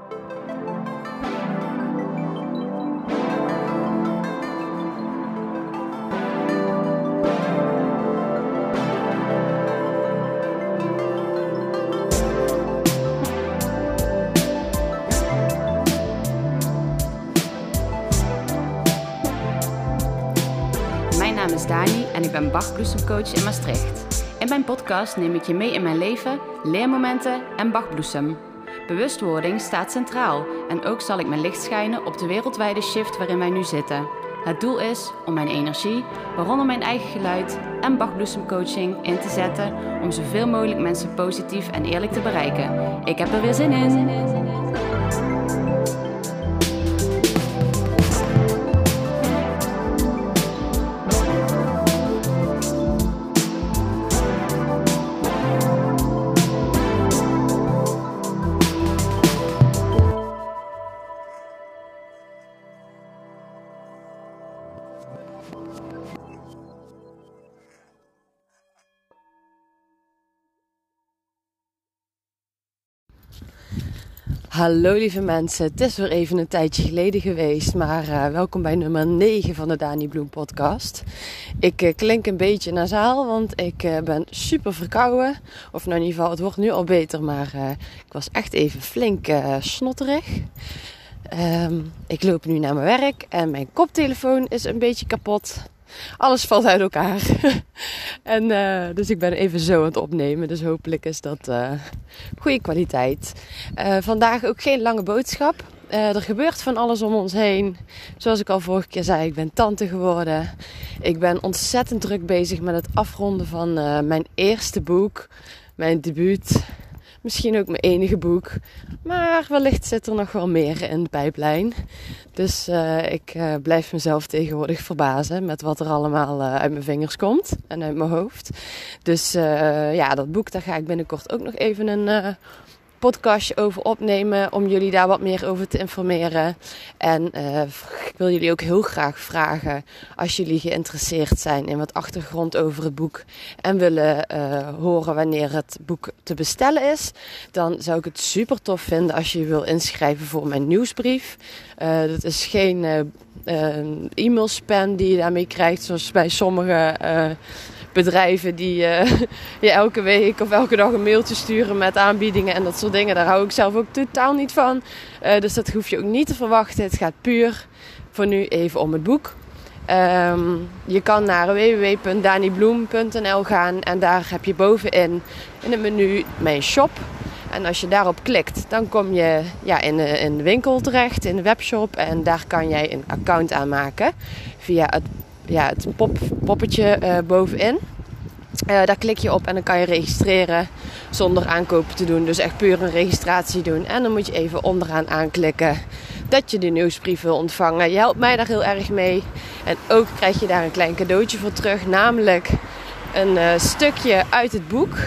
Mijn naam is Dani en ik ben Bachbloesemcoach in Maastricht. In mijn podcast neem ik je mee in mijn leven, leermomenten en Bachbloesem. Bewustwording staat centraal en ook zal ik mijn licht schijnen op de wereldwijde shift waarin wij nu zitten. Het doel is om mijn energie, waaronder mijn eigen geluid en Bachbloesemcoaching in te zetten om zoveel mogelijk mensen positief en eerlijk te bereiken. Ik heb er weer zin in! Hallo lieve mensen, het is weer even een tijdje geleden geweest, maar welkom bij nummer 9 van de Dani Bloem podcast. Ik klink een beetje nasaal, want ik ben super verkouden. Of nou in ieder geval, het wordt nu al beter, maar ik was echt even flink snotterig. Ik loop nu naar mijn werk en mijn koptelefoon is een beetje kapot. Alles valt uit elkaar. En dus ik ben even zo aan het opnemen. Dus hopelijk is dat goede kwaliteit. Vandaag ook geen lange boodschap. Er gebeurt van alles om ons heen. Zoals ik al vorige keer zei, ik ben tante geworden. Ik ben ontzettend druk bezig met het afronden van mijn eerste boek. Mijn debuut. Misschien ook mijn enige boek. Maar wellicht zit er nog wel meer in de pijplijn. Dus ik blijf mezelf tegenwoordig verbazen met wat er allemaal uit mijn vingers komt. En uit mijn hoofd. Dus dat boek, daar ga ik binnenkort ook nog even een podcastje over opnemen. Om jullie daar wat meer over te informeren. En ik wil jullie ook heel graag vragen. Als jullie geïnteresseerd zijn in wat achtergrond over het boek. En willen horen wanneer het boek te bestellen is. Dan zou ik het super tof vinden als je je wil inschrijven voor mijn nieuwsbrief. Dat is geen e-mailspam die je daarmee krijgt. Zoals bij sommige bedrijven die je elke week of elke dag een mailtje sturen met aanbiedingen en dat soort dingen. Daar hou ik zelf ook totaal niet van. Dus dat hoef je ook niet te verwachten. Het gaat puur voor nu even om het boek. Je kan naar www.danibloem.nl gaan en daar heb je bovenin in het menu mijn shop. En als je daarop klikt, dan kom je in de winkel terecht, in de webshop. En daar kan jij een account aanmaken via het poppetje bovenin. Daar klik je op en dan kan je registreren zonder aankopen te doen. Dus echt puur een registratie doen. En dan moet je even onderaan aanklikken dat je de nieuwsbrief wil ontvangen. Je helpt mij daar heel erg mee. En ook krijg je daar een klein cadeautje voor terug. Namelijk een stukje uit het boek.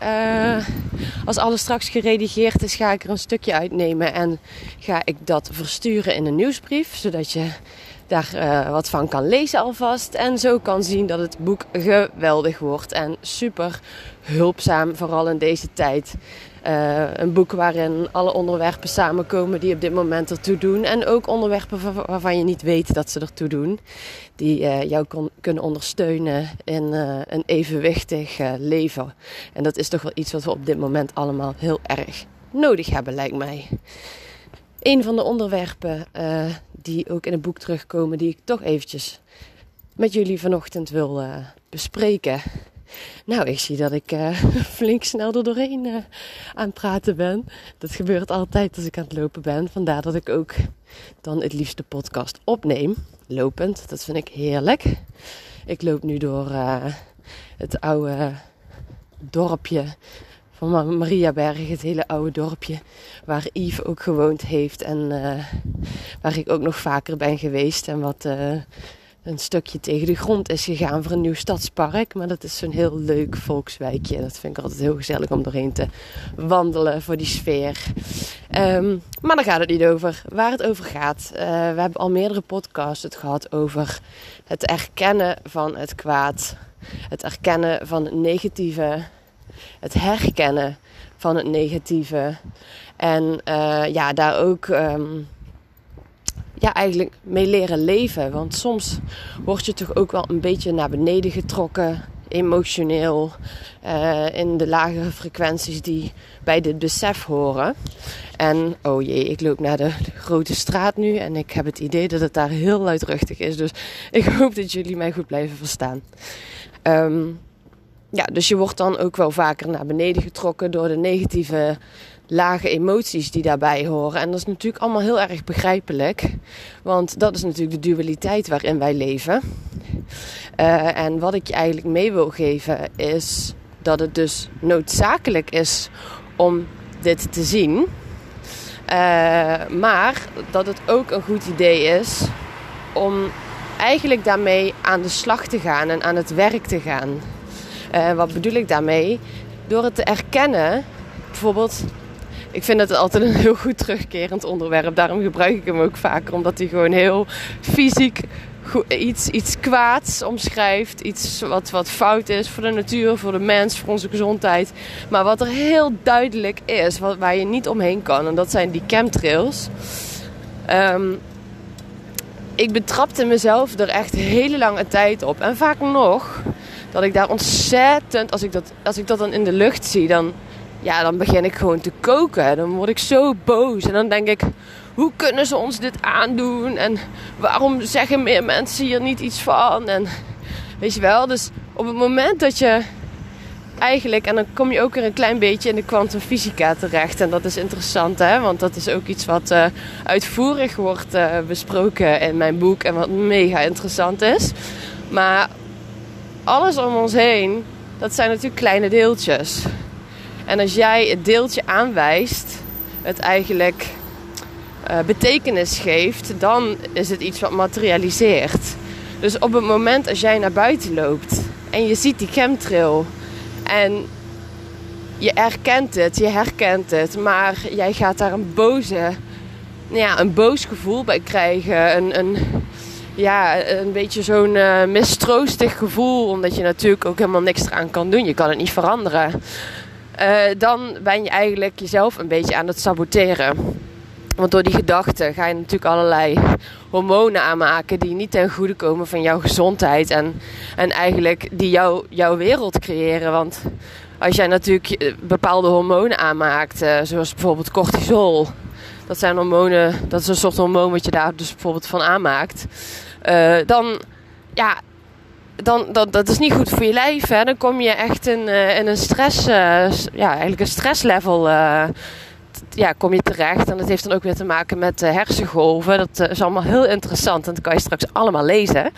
Als alles straks geredigeerd is, ga ik er een stukje uitnemen. En ga ik dat versturen in een nieuwsbrief. Zodat je daar wat van kan lezen alvast. En zo kan zien dat het boek geweldig wordt. En super hulpzaam, vooral in deze tijd. Een boek waarin alle onderwerpen samenkomen die op dit moment ertoe doen. En ook onderwerpen waarvan je niet weet dat ze ertoe doen. Die jou kunnen ondersteunen in een evenwichtig leven. En dat is toch wel iets wat we op dit moment allemaal heel erg nodig hebben, lijkt mij. Een van de onderwerpen die ook in het boek terugkomen, die ik toch eventjes met jullie vanochtend wil bespreken. Nou, ik zie dat ik flink snel er doorheen aan het praten ben. Dat gebeurt altijd als ik aan het lopen ben. Vandaar dat ik ook dan het liefst de podcast opneem. Lopend, dat vind ik heerlijk. Ik loop nu door het oude dorpje van Mariaberg, het hele oude dorpje waar Yves ook gewoond heeft en waar ik ook nog vaker ben geweest en wat een stukje tegen de grond is gegaan voor een nieuw stadspark. Maar dat is zo'n heel leuk volkswijkje. Dat vind ik altijd heel gezellig om doorheen te wandelen voor die sfeer. Maar daar gaat het niet over. Waar het over gaat. We hebben al meerdere podcasts het gehad over het erkennen van het kwaad. Het erkennen van het negatieve. Het herkennen van het negatieve. En daar ook eigenlijk mee leren leven. Want soms word je toch ook wel een beetje naar beneden getrokken, emotioneel, in de lagere frequenties die bij dit besef horen. En oh jee, ik loop naar de grote straat nu en ik heb het idee dat het daar heel luidruchtig is. Dus ik hoop dat jullie mij goed blijven verstaan. Dus je wordt dan ook wel vaker naar beneden getrokken door de negatieve lage emoties die daarbij horen. En dat is natuurlijk allemaal heel erg begrijpelijk. Want dat is natuurlijk de dualiteit waarin wij leven. En wat ik je eigenlijk mee wil geven is dat het dus noodzakelijk is om dit te zien. Maar dat het ook een goed idee is om eigenlijk daarmee aan de slag te gaan en aan het werk te gaan. Wat bedoel ik daarmee? Door het te erkennen, bijvoorbeeld, ik vind het altijd een heel goed terugkerend onderwerp. Daarom gebruik ik hem ook vaker, omdat hij gewoon heel fysiek iets kwaads omschrijft. Iets wat fout is voor de natuur, voor de mens, voor onze gezondheid. Maar wat er heel duidelijk is, waar je niet omheen kan. En dat zijn die chemtrails. Ik betrapte mezelf er echt hele lange tijd op. En vaak nog, dat ik daar ontzettend, als ik dat dan in de lucht zie, dan begin ik gewoon te koken. Dan word ik zo boos. En dan denk ik, hoe kunnen ze ons dit aandoen? En waarom zeggen meer mensen hier niet iets van? En weet je wel, dus op het moment dat je eigenlijk, en dan kom je ook weer een klein beetje in de kwantumfysica terecht. En dat is interessant, hè? Want dat is ook iets wat uitvoerig wordt besproken in mijn boek. En wat mega interessant is. Maar alles om ons heen, dat zijn natuurlijk kleine deeltjes. En als jij het deeltje aanwijst, het eigenlijk betekenis geeft, dan is het iets wat materialiseert. Dus op het moment als jij naar buiten loopt en je ziet die chemtrail en je herkent het, maar jij gaat daar een boos gevoel bij krijgen. Een beetje zo'n mistroostig gevoel, omdat je natuurlijk ook helemaal niks eraan kan doen. Je kan het niet veranderen. Dan ben je eigenlijk jezelf een beetje aan het saboteren. Want door die gedachten ga je natuurlijk allerlei hormonen aanmaken die niet ten goede komen van jouw gezondheid. En eigenlijk die jouw wereld creëren. Want als jij natuurlijk bepaalde hormonen aanmaakt, zoals bijvoorbeeld cortisol. Dat zijn hormonen, dat is een soort hormoon wat je daar dus bijvoorbeeld van aanmaakt. Dat is niet goed voor je lijf. Hè? Dan kom je echt in een stress, eigenlijk een stresslevel kom je terecht. En dat heeft dan ook weer te maken met hersengolven. Dat is allemaal heel interessant en dat kan je straks allemaal lezen.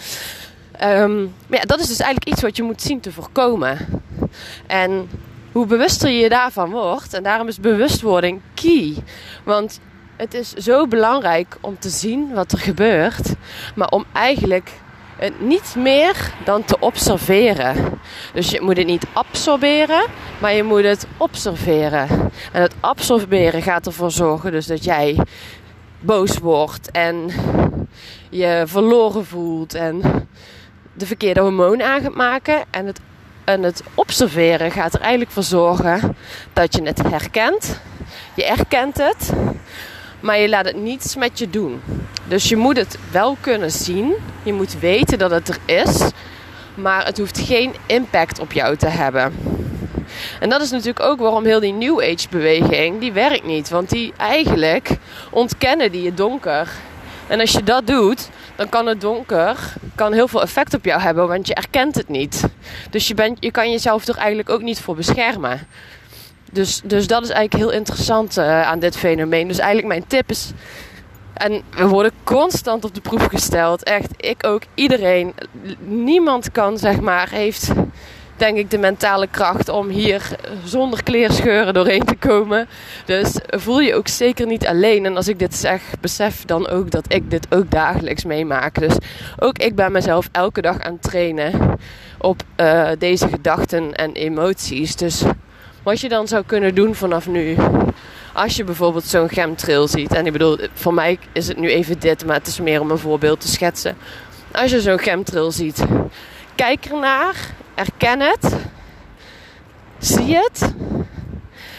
Maar dat is dus eigenlijk iets wat je moet zien te voorkomen. En hoe bewuster je daarvan wordt, en daarom is bewustwording key. Want het is zo belangrijk om te zien wat er gebeurt, maar om eigenlijk het niet meer dan te observeren. Dus je moet het niet absorberen, maar je moet het observeren. En het absorberen gaat ervoor zorgen dus dat jij boos wordt en je verloren voelt en de verkeerde hormoon aan gaat maken. En het observeren gaat er eigenlijk voor zorgen dat je het herkent. Je erkent het, maar je laat het niets met je doen. Dus je moet het wel kunnen zien. Je moet weten dat het er is. Maar het hoeft geen impact op jou te hebben. En dat is natuurlijk ook waarom heel die New Age beweging, die werkt niet. Want die eigenlijk ontkennen die het donker. En als je dat doet, dan kan het donker heel veel effect op jou hebben. Want je erkent het niet. Dus je kan jezelf er eigenlijk ook niet voor beschermen. Dus dat is eigenlijk heel interessant aan dit fenomeen. Dus eigenlijk mijn tip is, en we worden constant op de proef gesteld. Echt, ik ook, iedereen. Niemand heeft denk ik de mentale kracht om hier zonder kleerscheuren doorheen te komen. Dus voel je ook zeker niet alleen. En als ik dit zeg, besef dan ook dat ik dit ook dagelijks meemaak. Dus ook ik ben mezelf elke dag aan het trainen op deze gedachten en emoties. Dus wat je dan zou kunnen doen vanaf nu, als je bijvoorbeeld zo'n chemtrail ziet. En ik bedoel, voor mij is het nu even dit, maar het is meer om een voorbeeld te schetsen. Als je zo'n chemtrail ziet, kijk ernaar, erken het, zie het.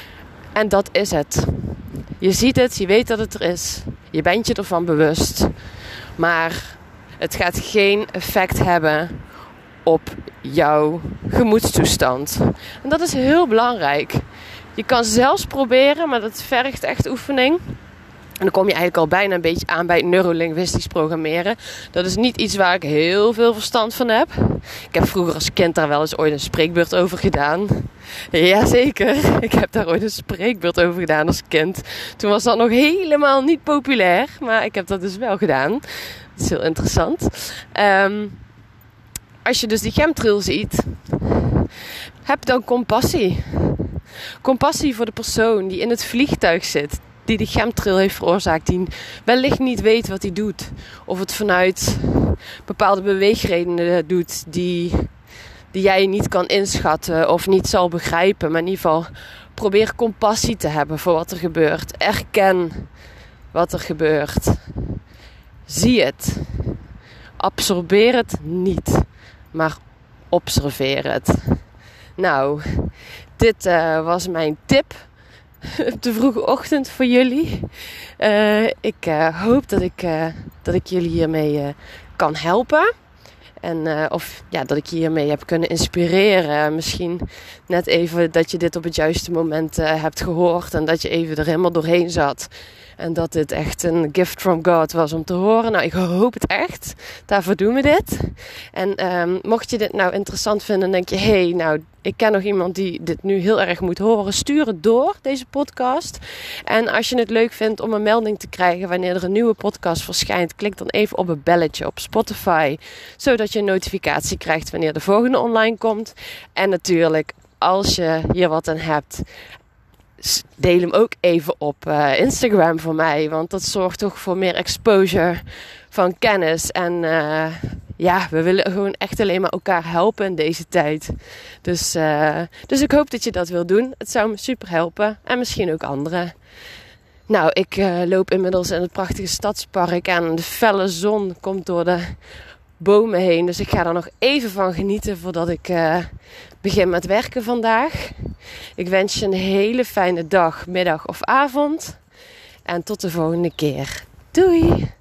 En dat is het. Je ziet het, je weet dat het er is. Je bent je ervan bewust. Maar het gaat geen effect hebben op jouw gemoedstoestand. En dat is heel belangrijk. Je kan zelfs proberen, maar dat vergt echt oefening. En dan kom je eigenlijk al bijna een beetje aan bij het neurolinguistisch programmeren. Dat is niet iets waar ik heel veel verstand van heb. Ik heb vroeger als kind daar wel eens ooit een spreekbeurt over gedaan. Jazeker, ik heb daar ooit een spreekbeurt over gedaan als kind. Toen was dat nog helemaal niet populair, maar ik heb dat dus wel gedaan. Dat is heel interessant. Als je dus die chemtrail ziet, heb dan compassie. Compassie voor de persoon die in het vliegtuig zit, die de chemtrail heeft veroorzaakt, die wellicht niet weet wat hij doet. Of het vanuit bepaalde beweegredenen doet die jij niet kan inschatten of niet zal begrijpen. Maar in ieder geval probeer compassie te hebben voor wat er gebeurt. Erken wat er gebeurt. Zie het. Absorbeer het niet, maar observeer het. Nou, dit was mijn tip op de vroege ochtend voor jullie. Ik hoop dat ik jullie hiermee kan helpen. En dat ik je hiermee heb kunnen inspireren. Misschien net even dat je dit op het juiste moment hebt gehoord. En dat je even er helemaal doorheen zat. En dat dit echt een gift from God was om te horen. Nou, ik hoop het echt. Daarvoor doen we dit. En mocht je dit nou interessant vinden, dan denk je... nou, ik ken nog iemand die dit nu heel erg moet horen. Stuur het door, deze podcast. En als je het leuk vindt om een melding te krijgen wanneer er een nieuwe podcast verschijnt, klik dan even op het belletje op Spotify. Zodat je een notificatie krijgt wanneer de volgende online komt. En natuurlijk, als je hier wat aan hebt, deel hem ook even op Instagram voor mij. Want dat zorgt toch voor meer exposure van kennis. En we willen gewoon echt alleen maar elkaar helpen in deze tijd. Dus ik hoop dat je dat wil doen. Het zou me super helpen. En misschien ook anderen. Nou, ik loop inmiddels in het prachtige stadspark. En de felle zon komt door de bomen heen. Dus ik ga er nog even van genieten voordat ik begin met werken vandaag. Ik wens je een hele fijne dag, middag of avond. En tot de volgende keer. Doei!